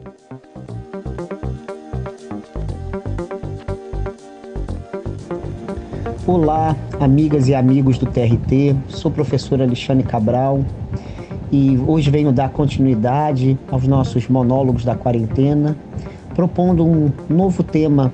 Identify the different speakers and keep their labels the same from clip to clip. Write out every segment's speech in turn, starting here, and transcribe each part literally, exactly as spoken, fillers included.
Speaker 1: Olá, amigas e amigos do T R T, sou o professor Alexandre Cabral e hoje venho dar continuidade aos nossos monólogos da quarentena, propondo um novo tema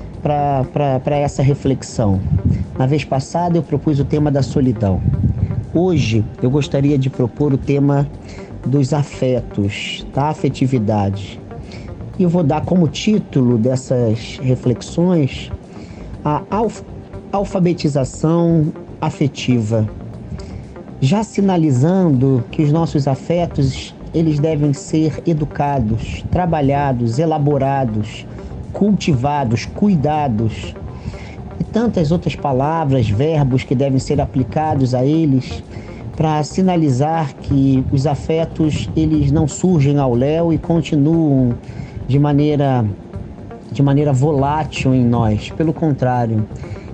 Speaker 1: para essa reflexão. Na vez passada eu propus o tema da solidão. Hoje eu gostaria de propor o tema dos afetos, da afetividade. E eu vou dar como título dessas reflexões a alf- alfabetização afetiva, já sinalizando que os nossos afetos eles devem ser educados, trabalhados, elaborados, cultivados, cuidados e tantas outras palavras, verbos que devem ser aplicados a eles para sinalizar que os afetos eles não surgem ao léu e continuam de maneira de maneira volátil em nós. Pelo contrário,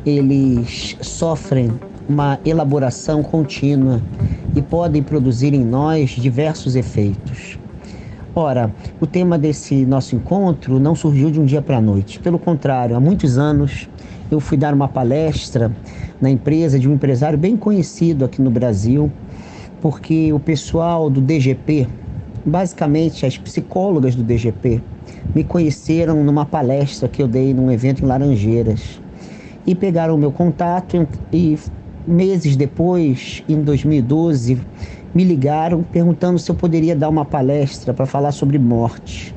Speaker 1: eles sofrem uma elaboração contínua e podem produzir em nós diversos efeitos. Ora, o tema desse nosso encontro não surgiu de um dia para a noite. Pelo contrário, há muitos anos eu fui dar uma palestra na empresa de um empresário bem conhecido aqui no Brasil, porque o pessoal do D G P, basicamente as psicólogas do D G P, me conheceram numa palestra que eu dei num evento em Laranjeiras. E pegaram o meu contato e meses depois, em dois mil e doze, me ligaram perguntando se eu poderia dar uma palestra para falar sobre morte.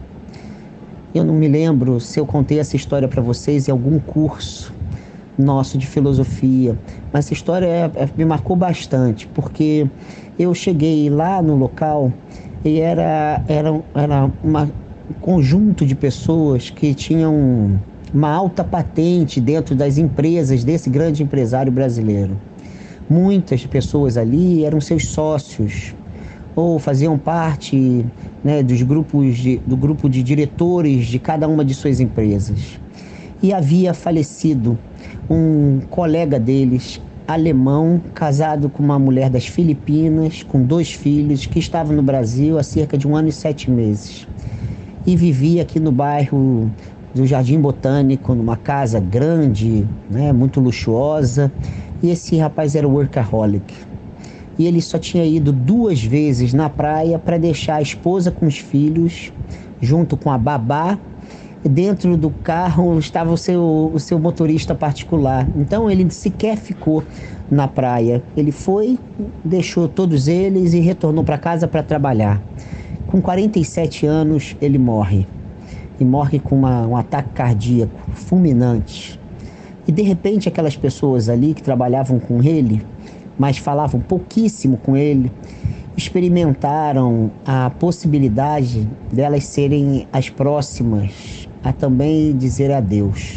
Speaker 1: Eu não me lembro se eu contei essa história para vocês em algum curso nosso de filosofia, mas essa história é, é, me marcou bastante, porque eu cheguei lá no local e era, era, era uma, um conjunto de pessoas que tinham uma alta patente dentro das empresas desse grande empresário brasileiro. Muitas pessoas ali eram seus sócios ou faziam parte, né, dos grupos de, do grupo de diretores de cada uma de suas empresas. E havia falecido um colega deles, alemão, casado com uma mulher das Filipinas, com dois filhos, que estava no Brasil há cerca de um ano e sete meses. E vivia aqui no bairro do Jardim Botânico, numa casa grande, né, muito luxuosa, e esse rapaz era workaholic. E ele só tinha ido duas vezes na praia para deixar a esposa com os filhos, junto com a babá. Dentro do carro estava o seu, o seu motorista particular. Então ele sequer ficou na praia. Ele foi, deixou todos eles e retornou para casa para trabalhar. Com quarenta e sete anos ele morre. E morre com uma, um ataque cardíaco fulminante. E de repente aquelas pessoas ali que trabalhavam com ele, mas falavam pouquíssimo com ele, experimentaram a possibilidade delas serem as próximas a também dizer adeus.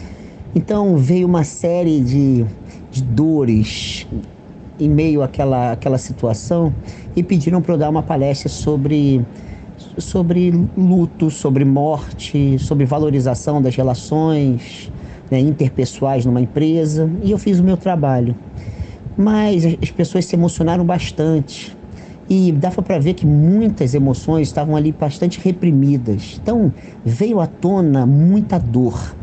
Speaker 1: Então veio uma série de, de dores em meio àquela, àquela situação e pediram para eu dar uma palestra sobre sobre luto, sobre morte, sobre valorização das relações, né, interpessoais numa empresa, e eu fiz o meu trabalho. Mas as pessoas se emocionaram bastante e dava para ver que muitas emoções estavam ali bastante reprimidas. Então veio à tona muita dor.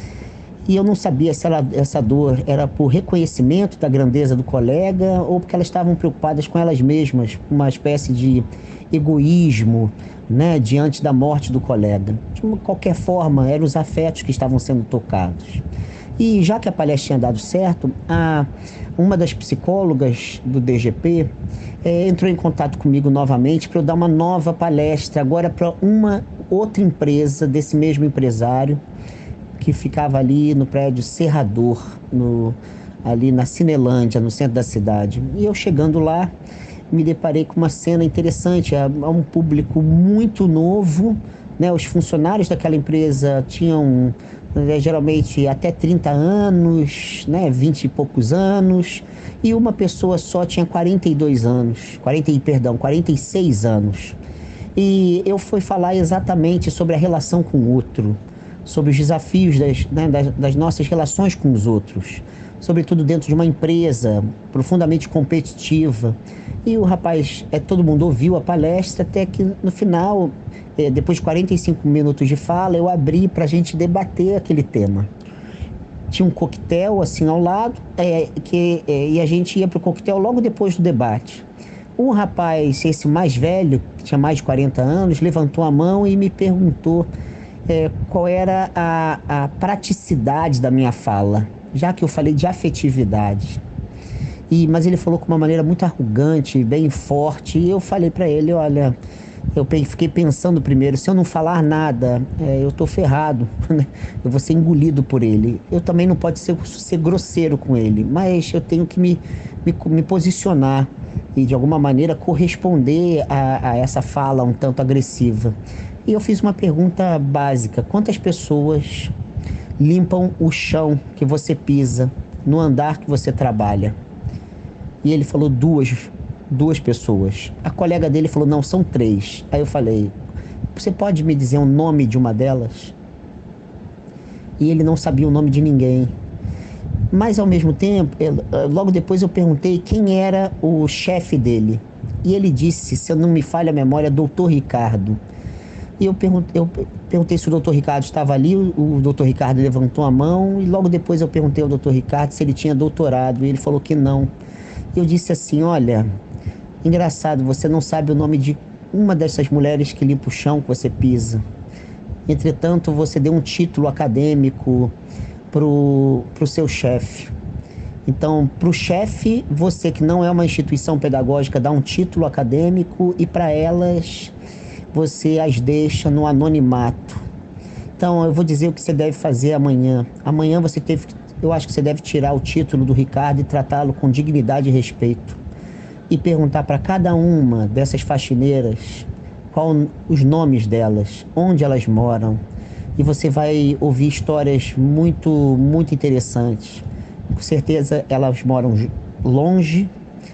Speaker 1: E eu não sabia se ela, essa dor era por reconhecimento da grandeza do colega ou porque elas estavam preocupadas com elas mesmas, uma espécie de egoísmo, né, diante da morte do colega. De qualquer forma, eram os afetos que estavam sendo tocados. E já que a palestra tinha dado certo, a, uma das psicólogas do D G P é, entrou em contato comigo novamente para eu dar uma nova palestra, agora para uma outra empresa desse mesmo empresário, que ficava ali no prédio Serrador, no, ali na Cinelândia, no centro da cidade. E eu chegando lá, me deparei com uma cena interessante, a, a um público muito novo, né? Os funcionários daquela empresa tinham, né, geralmente até trinta anos, né? vinte e poucos anos, e uma pessoa só tinha quarenta e dois anos, quarenta, perdão, quarenta e seis anos. E eu fui falar exatamente sobre a relação com o outro, sobre os desafios das, né, das, das nossas relações com os outros, sobretudo dentro de uma empresa profundamente competitiva. E o rapaz, é, todo mundo ouviu a palestra, até que no final, é, depois de quarenta e cinco minutos de fala, eu abri para a gente debater aquele tema. Tinha um coquetel assim ao lado, é, que, é, e a gente ia para o coquetel logo depois do debate. Um rapaz, esse mais velho, que tinha mais de quarenta anos, levantou a mão e me perguntou é, qual era a, a praticidade da minha fala, já que eu falei de afetividade. E, mas ele falou com uma maneira muito arrogante, bem forte, e eu falei para ele, olha, eu fiquei pensando primeiro, se eu não falar nada, é, eu tô ferrado, né? Eu vou ser engolido por ele. Eu também não posso ser, ser grosseiro com ele, mas eu tenho que me, me, me posicionar e de alguma maneira corresponder a, a essa fala um tanto agressiva. E eu fiz uma pergunta básica: quantas pessoas limpam o chão que você pisa no andar que você trabalha? E ele falou duas, duas pessoas. A colega dele falou, não, são três. Aí eu falei, você pode me dizer o nome de uma delas? E ele não sabia o nome de ninguém. Mas ao mesmo tempo, eu, logo depois eu perguntei quem era o chefe dele. E ele disse, se eu não me falha a memória, doutor Ricardo. E eu perguntei, eu perguntei se o doutor Ricardo estava ali, o doutor Ricardo levantou a mão, e logo depois eu perguntei ao doutor Ricardo se ele tinha doutorado, e ele falou que não. Eu disse assim, olha, engraçado, você não sabe o nome de uma dessas mulheres que limpa o chão que você pisa. Entretanto, você deu um título acadêmico pro, pro seu chefe. Então, pro chefe, você que não é uma instituição pedagógica, dá um título acadêmico, e para elas, você as deixa no anonimato. Então, eu vou dizer o que você deve fazer amanhã. Amanhã você teve que Eu acho que você deve tirar o título do Ricardo e tratá-lo com dignidade e respeito. E perguntar para cada uma dessas faxineiras qual os nomes delas, onde elas moram. E você vai ouvir histórias muito, muito interessantes. Com certeza elas moram longe,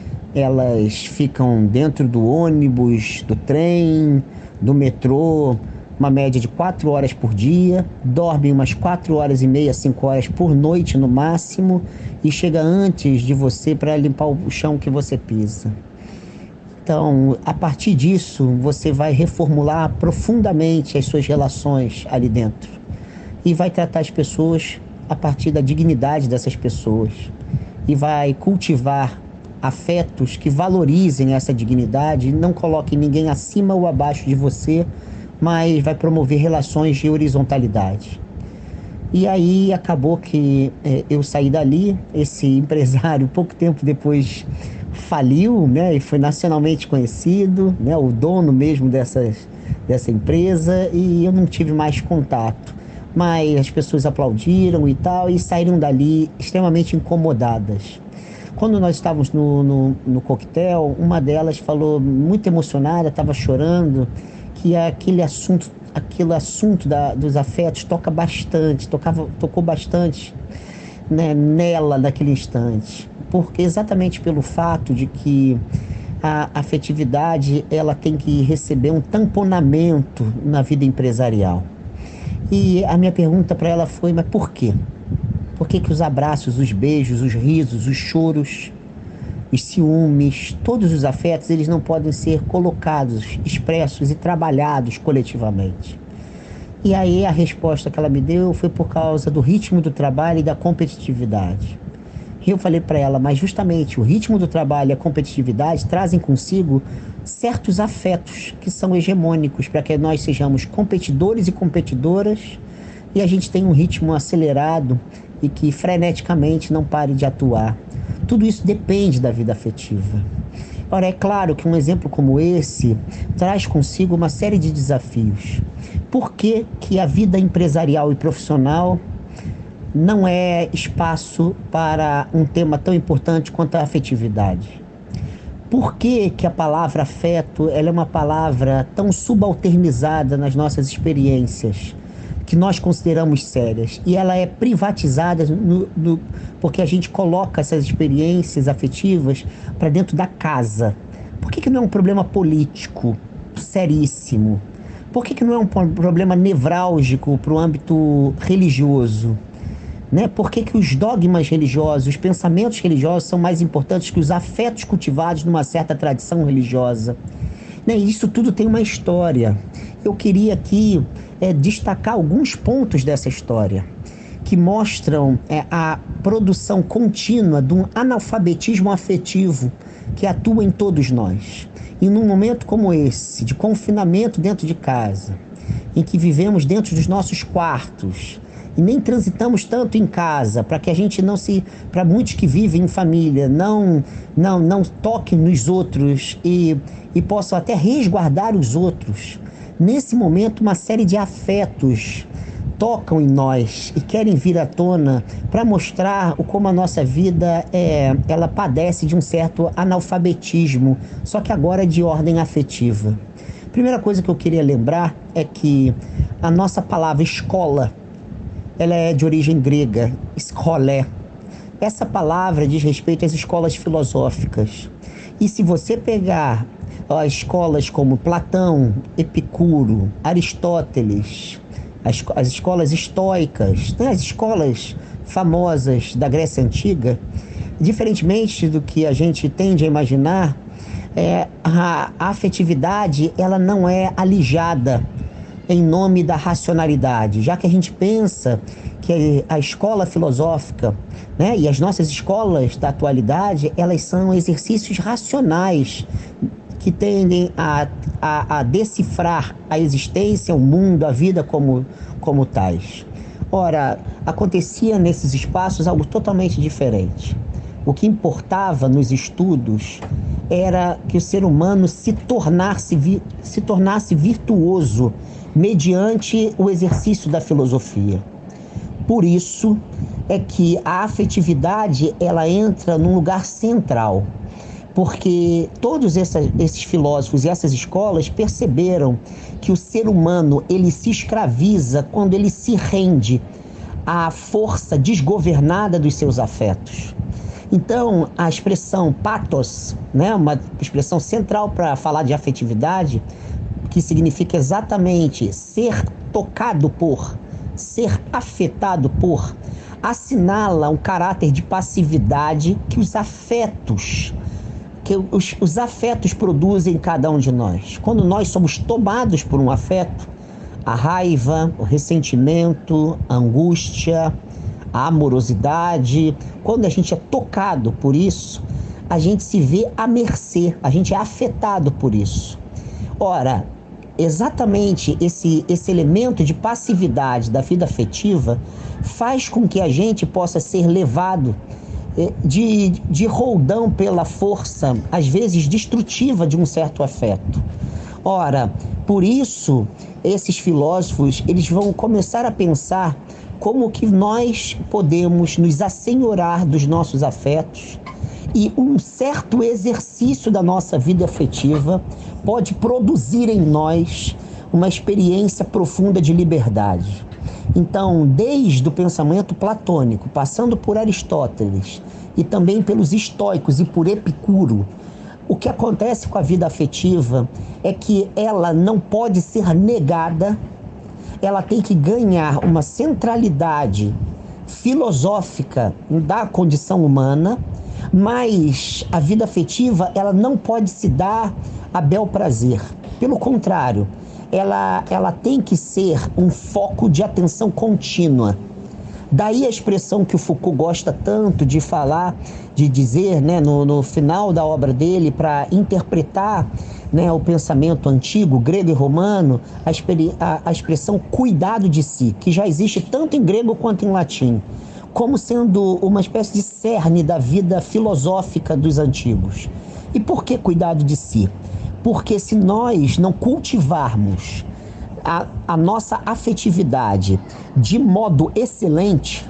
Speaker 1: elas ficam dentro do ônibus, do trem, do metrô, uma média de quatro horas por dia, dorme umas quatro horas e meia, cinco horas por noite no máximo, e chega antes de você para limpar o chão que você pisa. Então, a partir disso, você vai reformular profundamente as suas relações ali dentro e vai tratar as pessoas a partir da dignidade dessas pessoas e vai cultivar afetos que valorizem essa dignidade e não coloquem ninguém acima ou abaixo de você, mas vai promover relações de horizontalidade. E aí acabou que é, eu saí dali, esse empresário pouco tempo depois faliu, né, e foi nacionalmente conhecido, né, o dono mesmo dessas, dessa empresa, e eu não tive mais contato. Mas as pessoas aplaudiram e tal, e saíram dali extremamente incomodadas. Quando nós estávamos no, no, no coquetel, uma delas falou muito emocionada, estava chorando, que aquele assunto, aquele assunto da, dos afetos toca bastante, tocava, tocou bastante, né, nela naquele instante, porque exatamente pelo fato de que a afetividade ela tem que receber um tamponamento na vida empresarial. E a minha pergunta para ela foi, mas por quê? Por que que os abraços, os beijos, os risos, os choros, os ciúmes, todos os afetos, eles não podem ser colocados, expressos e trabalhados coletivamente? E aí a resposta que ela me deu foi por causa do ritmo do trabalho e da competitividade. E eu falei para ela, mas justamente o ritmo do trabalho e a competitividade trazem consigo certos afetos que são hegemônicos para que nós sejamos competidores e competidoras e a gente tenha um ritmo acelerado e que freneticamente não pare de atuar. Tudo isso depende da vida afetiva. Ora, é claro que um exemplo como esse traz consigo uma série de desafios. Por que que a vida empresarial e profissional não é espaço para um tema tão importante quanto a afetividade? Por que que a palavra afeto ela é uma palavra tão subalternizada nas nossas experiências, que nós consideramos sérias, e ela é privatizada no, no, porque a gente coloca essas experiências afetivas para dentro da casa? Por que que não é um problema político seríssimo? Por que que não é um problema nevrálgico para o âmbito religioso? Né? Por que que os dogmas religiosos, os pensamentos religiosos são mais importantes que os afetos cultivados numa certa tradição religiosa? Né? Isso tudo tem uma história. Eu queria aqui é, destacar alguns pontos dessa história que mostram é, a produção contínua de um analfabetismo afetivo que atua em todos nós. E num momento como esse, de confinamento dentro de casa, em que vivemos dentro dos nossos quartos e nem transitamos tanto em casa, para que a gente não se, para muitos que vivem em família, não não não toquem nos outros e, e possam até resguardar os outros. Nesse momento, uma série de afetos tocam em nós e querem vir à tona para mostrar o como a nossa vida é, ela padece de um certo analfabetismo, só que agora é de ordem afetiva. Primeira coisa que eu queria lembrar é que a nossa palavra escola, ela é de origem grega, scholé. Essa palavra diz respeito às escolas filosóficas. E se você pegar ó, escolas como Platão, Epicuro, Aristóteles, as, as escolas estoicas, né, as escolas famosas da Grécia Antiga, diferentemente do que a gente tende a imaginar, é, a, a afetividade ela não é alijada em nome da racionalidade, já que a gente pensa que a escola filosófica, né, e as nossas escolas da atualidade, elas são exercícios racionais que tendem a, a, a decifrar a existência, o mundo, a vida como, como tais. Ora, acontecia nesses espaços algo totalmente diferente. O que importava nos estudos era que o ser humano se tornasse, se tornasse virtuoso mediante o exercício da filosofia. Por isso é que a afetividade ela entra num lugar central, porque todos essa, esses filósofos e essas escolas perceberam que o ser humano ele se escraviza quando ele se rende à força desgovernada dos seus afetos. Então, a expressão pathos, né, uma expressão central para falar de afetividade, que significa exatamente ser tocado por, ser afetado por, assinala um caráter de passividade que os afetos, que os, os afetos produzem em cada um de nós. Quando nós somos tomados por um afeto, a raiva, o ressentimento, a angústia, a amorosidade, quando a gente é tocado por isso, a gente se vê à mercê, a gente é afetado por isso. Ora, exatamente esse, esse elemento de passividade da vida afetiva faz com que a gente possa ser levado de, de roldão pela força, às vezes destrutiva, de um certo afeto. Ora, por isso, esses filósofos eles vão começar a pensar como que nós podemos nos assenhorar dos nossos afetos e um certo exercício da nossa vida afetiva pode produzir em nós uma experiência profunda de liberdade. Então, desde o pensamento platônico, passando por Aristóteles e também pelos estoicos e por Epicuro, o que acontece com a vida afetiva é que ela não pode ser negada, ela tem que ganhar uma centralidade filosófica da condição humana, mas a vida afetiva ela não pode se dar a bel prazer. Pelo contrário, ela, ela tem que ser um foco de atenção contínua. Daí a expressão que o Foucault gosta tanto de falar, de dizer, né, no, no final da obra dele, para interpretar, né, o pensamento antigo, grego e romano, a, a, a expressão cuidado de si, que já existe tanto em grego quanto em latim, como sendo uma espécie de cerne da vida filosófica dos antigos. E por que cuidado de si? Porque se nós não cultivarmos a, a nossa afetividade de modo excelente,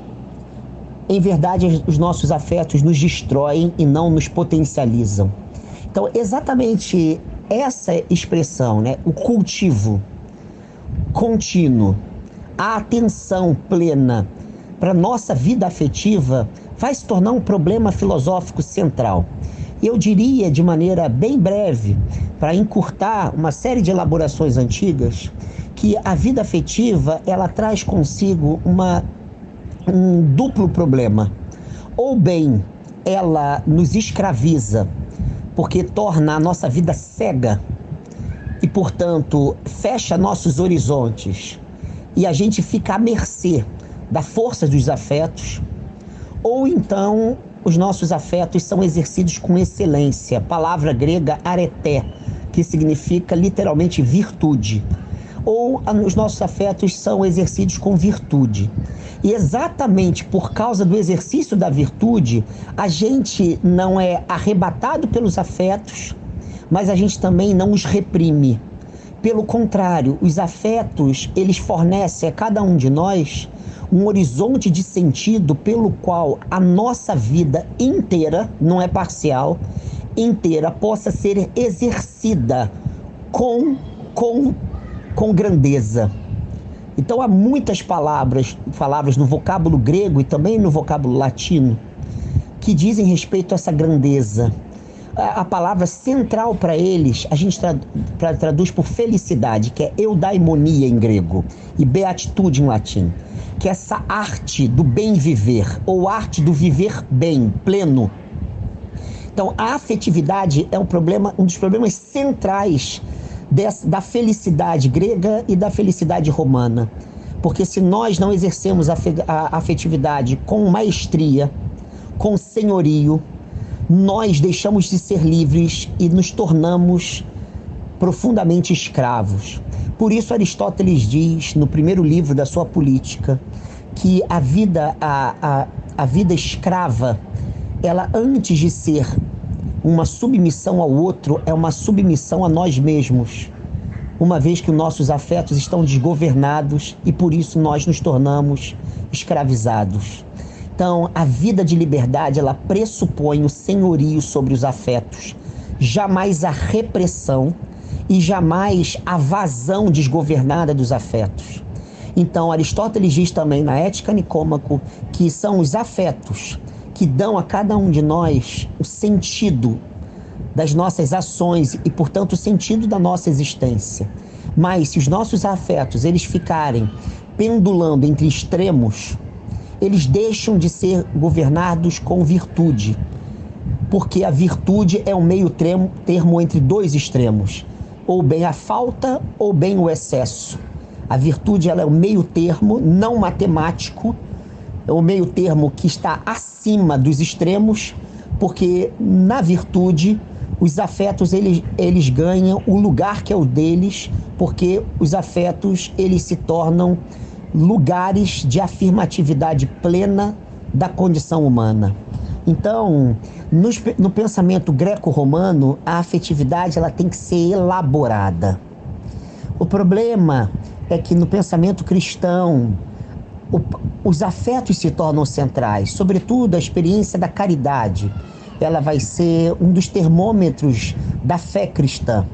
Speaker 1: em verdade os nossos afetos nos destroem e não nos potencializam. Então, exatamente essa expressão, né, o cultivo contínuo, a atenção plena para a nossa vida afetiva vai se tornar um problema filosófico central. Eu diria de maneira bem breve para encurtar uma série de elaborações antigas, que a vida afetiva ela traz consigo uma, um duplo problema. Ou bem, ela nos escraviza, porque torna a nossa vida cega e, portanto, fecha nossos horizontes e a gente fica à mercê da força dos afetos. Ou então, os nossos afetos são exercidos com excelência, palavra grega areté, que significa literalmente virtude. Ou os nossos afetos são exercidos com virtude. E exatamente por causa do exercício da virtude, a gente não é arrebatado pelos afetos, mas a gente também não os reprime. Pelo contrário, os afetos, eles fornecem a cada um de nós um horizonte de sentido pelo qual a nossa vida inteira, não é parcial, inteira, possa ser exercida com, com, com grandeza. Então há muitas palavras, palavras no vocábulo grego e também no vocábulo latino que dizem respeito a essa grandeza. A, a palavra central para eles, a gente tra, tra, traduz por felicidade, que é eudaimonia em grego, e beatitude em latim, que é essa arte do bem viver, ou arte do viver bem, pleno. Então a afetividade é um problema, um dos problemas centrais dessa, da felicidade grega e da felicidade romana. Porque se nós não exercemos a, a afetividade com maestria, com senhorio, nós deixamos de ser livres e nos tornamos profundamente escravos. Por isso Aristóteles diz, no primeiro livro da sua Política, que a vida, a, a, a vida escrava, ela antes de ser uma submissão ao outro, é uma submissão a nós mesmos, uma vez que os nossos afetos estão desgovernados e por isso nós nos tornamos escravizados. Então, a vida de liberdade, ela pressupõe o senhorio sobre os afetos, jamais a repressão e jamais a vazão desgovernada dos afetos. Então, Aristóteles diz também na Ética Nicômaco que são os afetos que dão a cada um de nós o sentido das nossas ações e, portanto, o sentido da nossa existência. Mas se os nossos afetos eles ficarem pendulando entre extremos, eles deixam de ser governados com virtude, porque a virtude é um meio termo, termo entre dois extremos, ou bem a falta ou bem o excesso. A virtude ela é o meio termo, não matemático, é o meio termo que está acima dos extremos, porque na virtude os afetos eles, eles ganham o lugar que é o deles, porque os afetos eles se tornam lugares de afirmatividade plena da condição humana. Então, no, no pensamento greco-romano, a afetividade ela tem que ser elaborada. O problema é que no pensamento cristão, o, os afetos se tornam centrais, sobretudo a experiência da caridade. Ela vai ser um dos termômetros da fé cristã.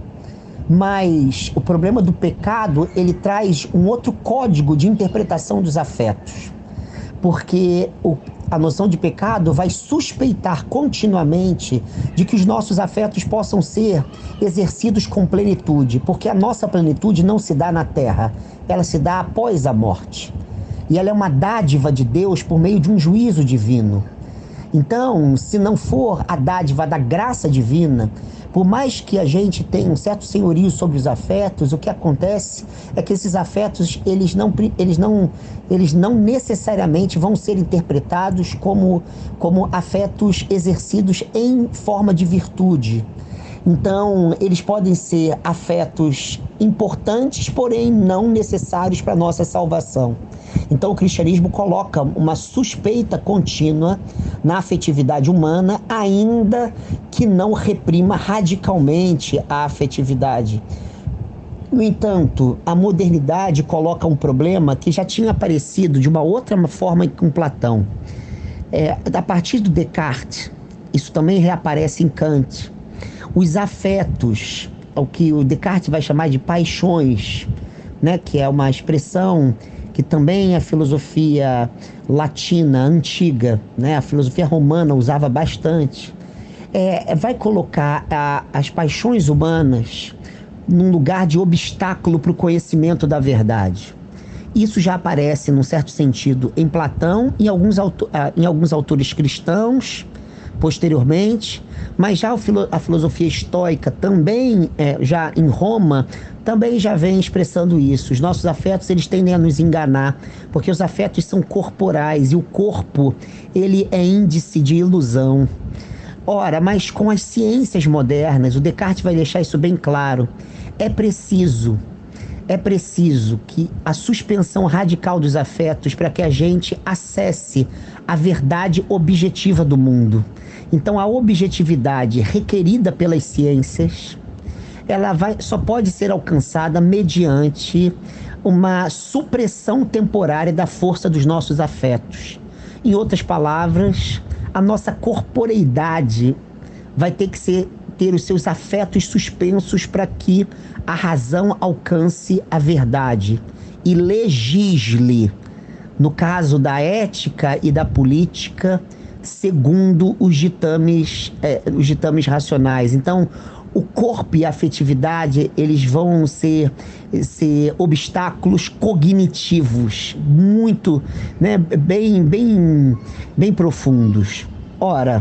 Speaker 1: Mas o problema do pecado, ele traz um outro código de interpretação dos afetos. Porque o, a noção de pecado vai suspeitar continuamente de que os nossos afetos possam ser exercidos com plenitude. Porque a nossa plenitude não se dá na terra, ela se dá após a morte. E ela é uma dádiva de Deus por meio de um juízo divino. Então, se não for a dádiva da graça divina, por mais que a gente tenha um certo senhorio sobre os afetos, o que acontece é que esses afetos, eles não, eles não, eles não necessariamente vão ser interpretados como, como afetos exercidos em forma de virtude. Então, eles podem ser afetos importantes, porém não necessários para a nossa salvação. Então, o cristianismo coloca uma suspeita contínua na afetividade humana, ainda que não reprima radicalmente a afetividade. No entanto, a modernidade coloca um problema que já tinha aparecido de uma outra forma com Platão. É, a partir do Descartes, isso também reaparece em Kant. Os afetos, o que o Descartes vai chamar de paixões, né, que é uma expressão que também a filosofia latina antiga, né, a filosofia romana usava bastante. é, vai colocar a, as paixões humanas num lugar de obstáculo para o conhecimento da verdade. Isso já aparece, num certo sentido, em Platão e em alguns, auto, em alguns autores cristãos, posteriormente, mas já a filosofia estoica também, é, já em Roma, também já vem expressando isso. Os nossos afetos, eles tendem a nos enganar, porque os afetos são corporais e o corpo, ele é índice de ilusão. Ora, mas com as ciências modernas, o Descartes vai deixar isso bem claro, é preciso É preciso que a suspensão radical dos afetos para que a gente acesse a verdade objetiva do mundo. Então, a objetividade requerida pelas ciências, ela vai, só pode ser alcançada mediante uma supressão temporária da força dos nossos afetos. Em outras palavras, a nossa corporeidade vai ter que ser, ter os seus afetos suspensos para que a razão alcance a verdade e legisle, no caso da ética e da política, segundo os ditames, é, os ditames racionais. Então, o corpo e a afetividade, eles vão ser, ser obstáculos cognitivos, muito, né, bem, bem, bem profundos. Ora,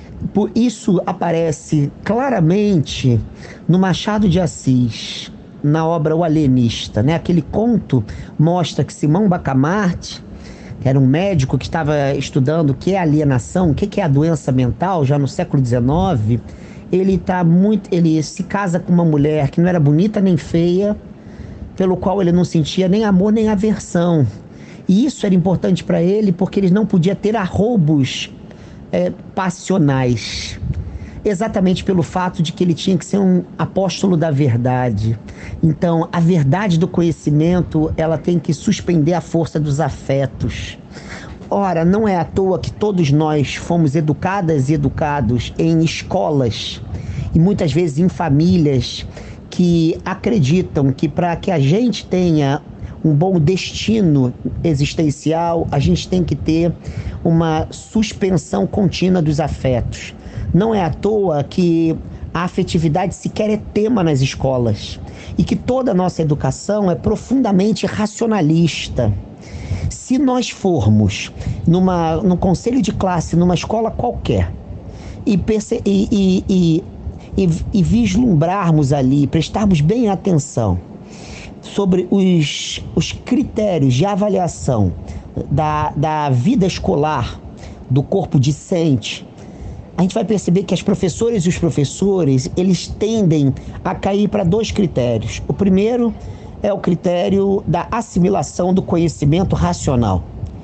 Speaker 1: isso aparece claramente no Machado de Assis, na obra O Alienista, né? Aquele conto mostra que Simão Bacamarte, que era um médico que estava estudando o que é alienação, o que é a doença mental, já no século dezenove, ele tá muito, ele se casa com uma mulher que não era bonita nem feia, pelo qual ele não sentia nem amor nem aversão. E isso era importante para ele porque ele não podia ter arroubos É, passionais, exatamente pelo fato de que ele tinha que ser um apóstolo da verdade. Então, a verdade do conhecimento, ela tem que suspender a força dos afetos. Ora, não é à toa que todos nós fomos educadas e educados em escolas e muitas vezes em famílias que acreditam que para que a gente tenha um bom destino existencial, a gente tem que ter uma suspensão contínua dos afetos. Não é à toa que a afetividade sequer é tema nas escolas e que toda a nossa educação é profundamente racionalista. Se nós formos numa, num conselho de classe, numa escola qualquer, e, perce- e, e, e, e, e vislumbrarmos ali, prestarmos bem atenção sobre os, os critérios de avaliação da, da vida escolar, do corpo discente, a gente vai perceber que as professoras e os professores, eles tendem a cair para dois critérios. O primeiro é o critério da assimilação do conhecimento racional.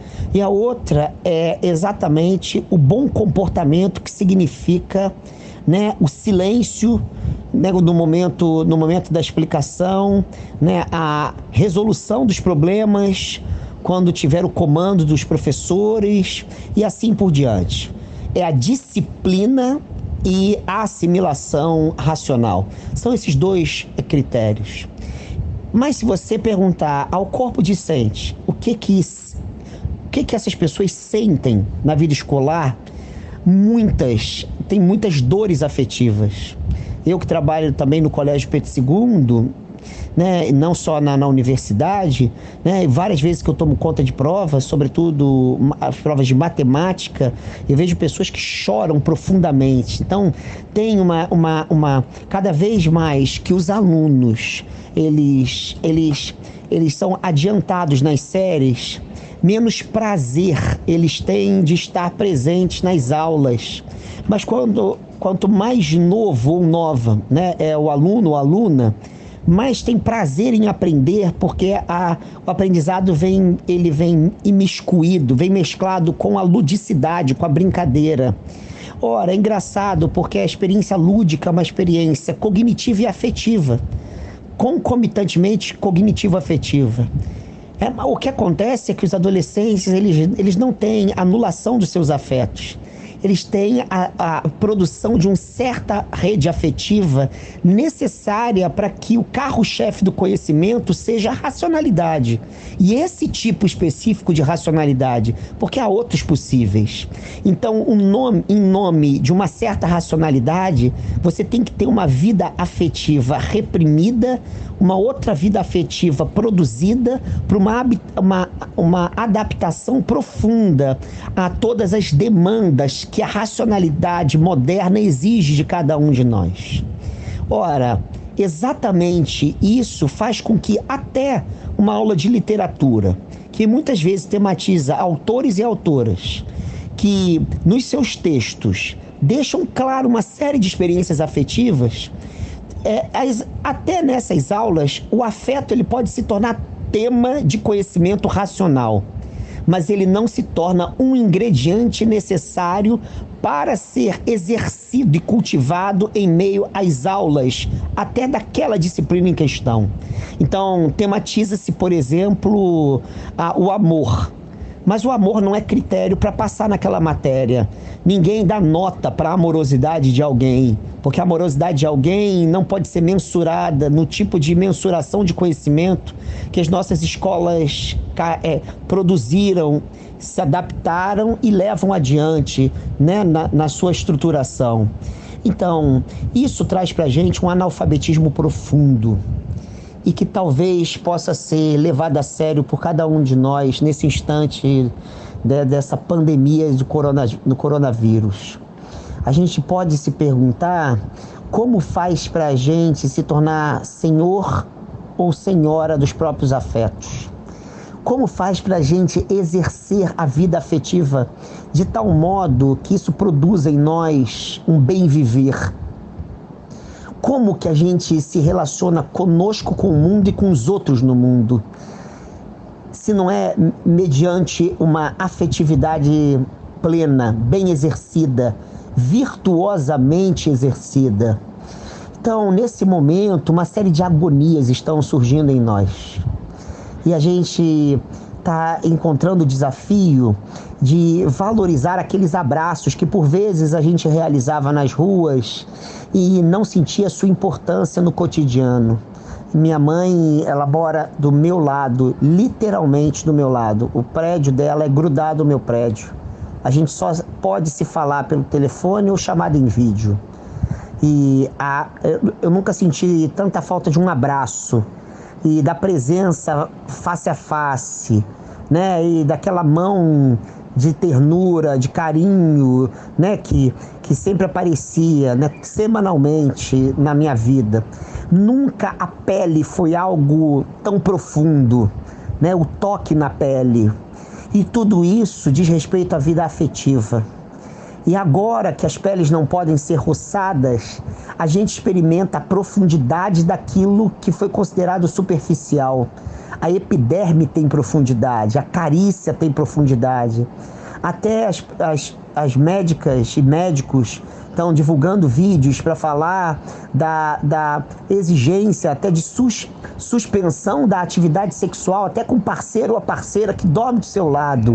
Speaker 1: E a outra é exatamente o bom comportamento, que significa, né, o silêncio, né, no momento, no momento da explicação, né, a resolução dos problemas quando tiver o comando dos professores e assim por diante. É a disciplina e a assimilação racional. São esses dois critérios. Mas se você perguntar ao corpo discente o que que, o que, que essas pessoas sentem na vida escolar, muitas, tem muitas dores afetivas. Eu que trabalho também no Colégio Pedro segundo, né, não só na, na universidade, né, várias vezes que eu tomo conta de provas, sobretudo as provas de matemática, eu vejo pessoas que choram profundamente. Então, tem uma, uma, uma cada vez mais que os alunos, eles, eles, eles são adiantados nas séries, menos prazer eles têm de estar presentes nas aulas. Mas quando, quanto mais novo ou nova, né, é o aluno ou aluna, mais tem prazer em aprender, porque a, o aprendizado vem, ele vem imiscuído, vem mesclado com a ludicidade, com a brincadeira. Ora, é engraçado porque a experiência lúdica é uma experiência cognitiva e afetiva, concomitantemente cognitivo-afetiva. É, o que acontece é que os adolescentes, eles, eles não têm anulação dos seus afetos. eles têm a, a produção de uma certa rede afetiva necessária para que o carro-chefe do conhecimento seja a racionalidade. E esse tipo específico de racionalidade, porque há outros possíveis. Então, um nome, em nome de uma certa racionalidade, você tem que ter uma vida afetiva reprimida, uma outra vida afetiva produzida para uma, uma, uma adaptação profunda a todas as demandas que a racionalidade moderna exige de cada um de nós. Ora, exatamente isso faz com que até uma aula de literatura, que muitas vezes tematiza autores e autoras, que nos seus textos deixam claro uma série de experiências afetivas, é, as, até nessas aulas o afeto ele pode se tornar tema de conhecimento racional, mas ele não se torna um ingrediente necessário para ser exercido e cultivado em meio às aulas, até daquela disciplina em questão. Então, tematiza-se, por exemplo, a, o amor. Mas o amor não é critério para passar naquela matéria. Ninguém dá nota para a amorosidade de alguém, porque a amorosidade de alguém não pode ser mensurada no tipo de mensuração de conhecimento que as nossas escolas é, produziram, se adaptaram e levam adiante, né, na, na sua estruturação. Então, isso traz para a gente um analfabetismo profundo e que talvez possa ser levado a sério por cada um de nós nesse instante de, dessa pandemia do, corona, do coronavírus. A gente pode se perguntar como faz para a gente se tornar senhor ou senhora dos próprios afetos. Como faz para a gente exercer a vida afetiva de tal modo que isso produza em nós um bem viver. Como que a gente se relaciona conosco, com o mundo e com os outros no mundo, se não é mediante uma afetividade plena, bem exercida, virtuosamente exercida. Então, nesse momento, uma série de agonias estão surgindo em nós. E a gente está encontrando o desafio de valorizar aqueles abraços que por vezes a gente realizava nas ruas e não sentia sua importância no cotidiano. Minha mãe, ela mora do meu lado, literalmente do meu lado. O prédio dela é grudado ao meu prédio. A gente só pode se falar pelo telefone ou chamada em vídeo. E a, eu, eu nunca senti tanta falta de um abraço e da presença face a face, né? E daquela mão de ternura, de carinho, né? Que, que sempre aparecia, né? Semanalmente na minha vida. Nunca a pele foi algo tão profundo, né? O toque na pele. E tudo isso diz respeito à vida afetiva. E agora que as peles não podem ser roçadas, a gente experimenta a profundidade daquilo que foi considerado superficial. A epiderme tem profundidade, a carícia tem profundidade. Até as, as, as médicas e médicos estão divulgando vídeos para falar da, da exigência até de sus, suspensão da atividade sexual, até com parceiro ou parceira que dorme do seu lado.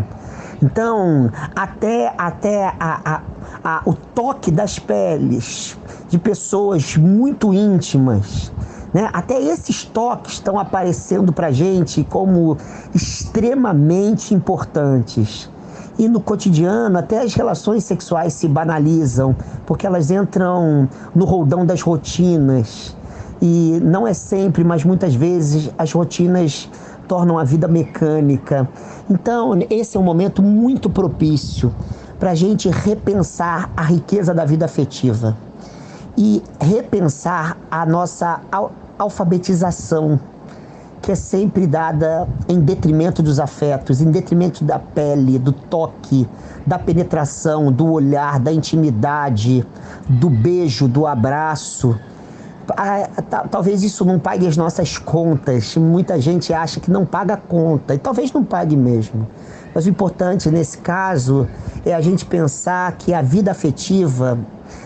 Speaker 1: Então, até, até a, a, a, o toque das peles de pessoas muito íntimas, né? Até esses toques estão aparecendo para a gente como extremamente importantes. E no cotidiano, até as relações sexuais se banalizam, porque elas entram no roldão das rotinas. E não é sempre, mas muitas vezes as rotinas tornam a vida mecânica. Então, esse é um momento muito propício para a gente repensar a riqueza da vida afetiva e repensar a nossa al- alfabetização, que é sempre dada em detrimento dos afetos, em detrimento da pele, do toque, da penetração, do olhar, da intimidade, do beijo, do abraço. Ah, talvez isso não pague as nossas contas. Muita gente acha que não paga a conta, e talvez não pague mesmo. Mas o importante nesse caso é a gente pensar que a vida afetiva,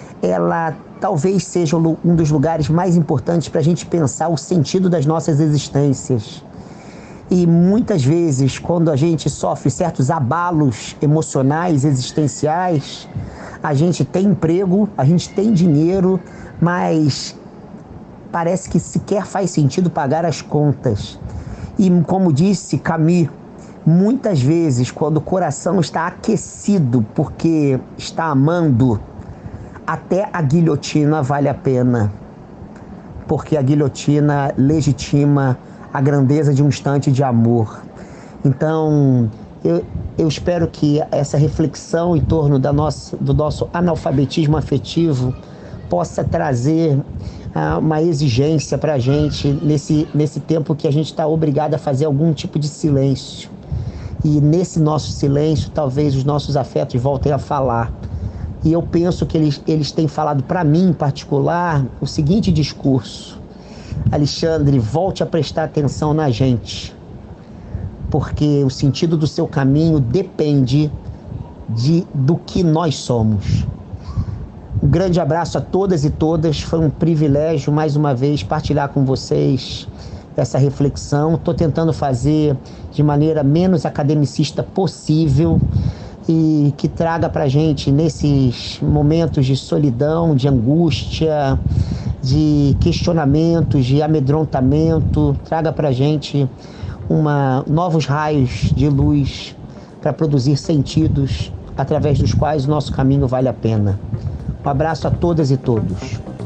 Speaker 1: ela talvez seja um dos lugares mais importantes para a gente pensar o sentido das nossas existências. E muitas vezes, quando a gente sofre certos abalos emocionais, existenciais, A gente tem emprego, a gente tem dinheiro, mas parece que sequer faz sentido pagar as contas. E como disse Camus, muitas vezes quando o coração está aquecido porque está amando, até a guilhotina vale a pena. Porque a guilhotina legitima a grandeza de um instante de amor. Então, eu, eu espero que essa reflexão em torno da nossa, do nosso analfabetismo afetivo possa trazer ah, uma exigência para a gente nesse, nesse tempo que a gente está obrigado a fazer algum tipo de silêncio. E nesse nosso silêncio, talvez os nossos afetos voltem a falar. E eu penso que eles, eles têm falado para mim, em particular, o seguinte discurso: Alexandre, volte a prestar atenção na gente, porque o sentido do seu caminho depende de, do que nós somos. Um grande abraço a todas e todas, foi um privilégio mais uma vez partilhar com vocês essa reflexão. Estou tentando fazer de maneira menos academicista possível e que traga para a gente, nesses momentos de solidão, de angústia, de questionamentos, de amedrontamento, traga para a gente uma, novos raios de luz para produzir sentidos através dos quais o nosso caminho vale a pena. Um abraço a todas e todos.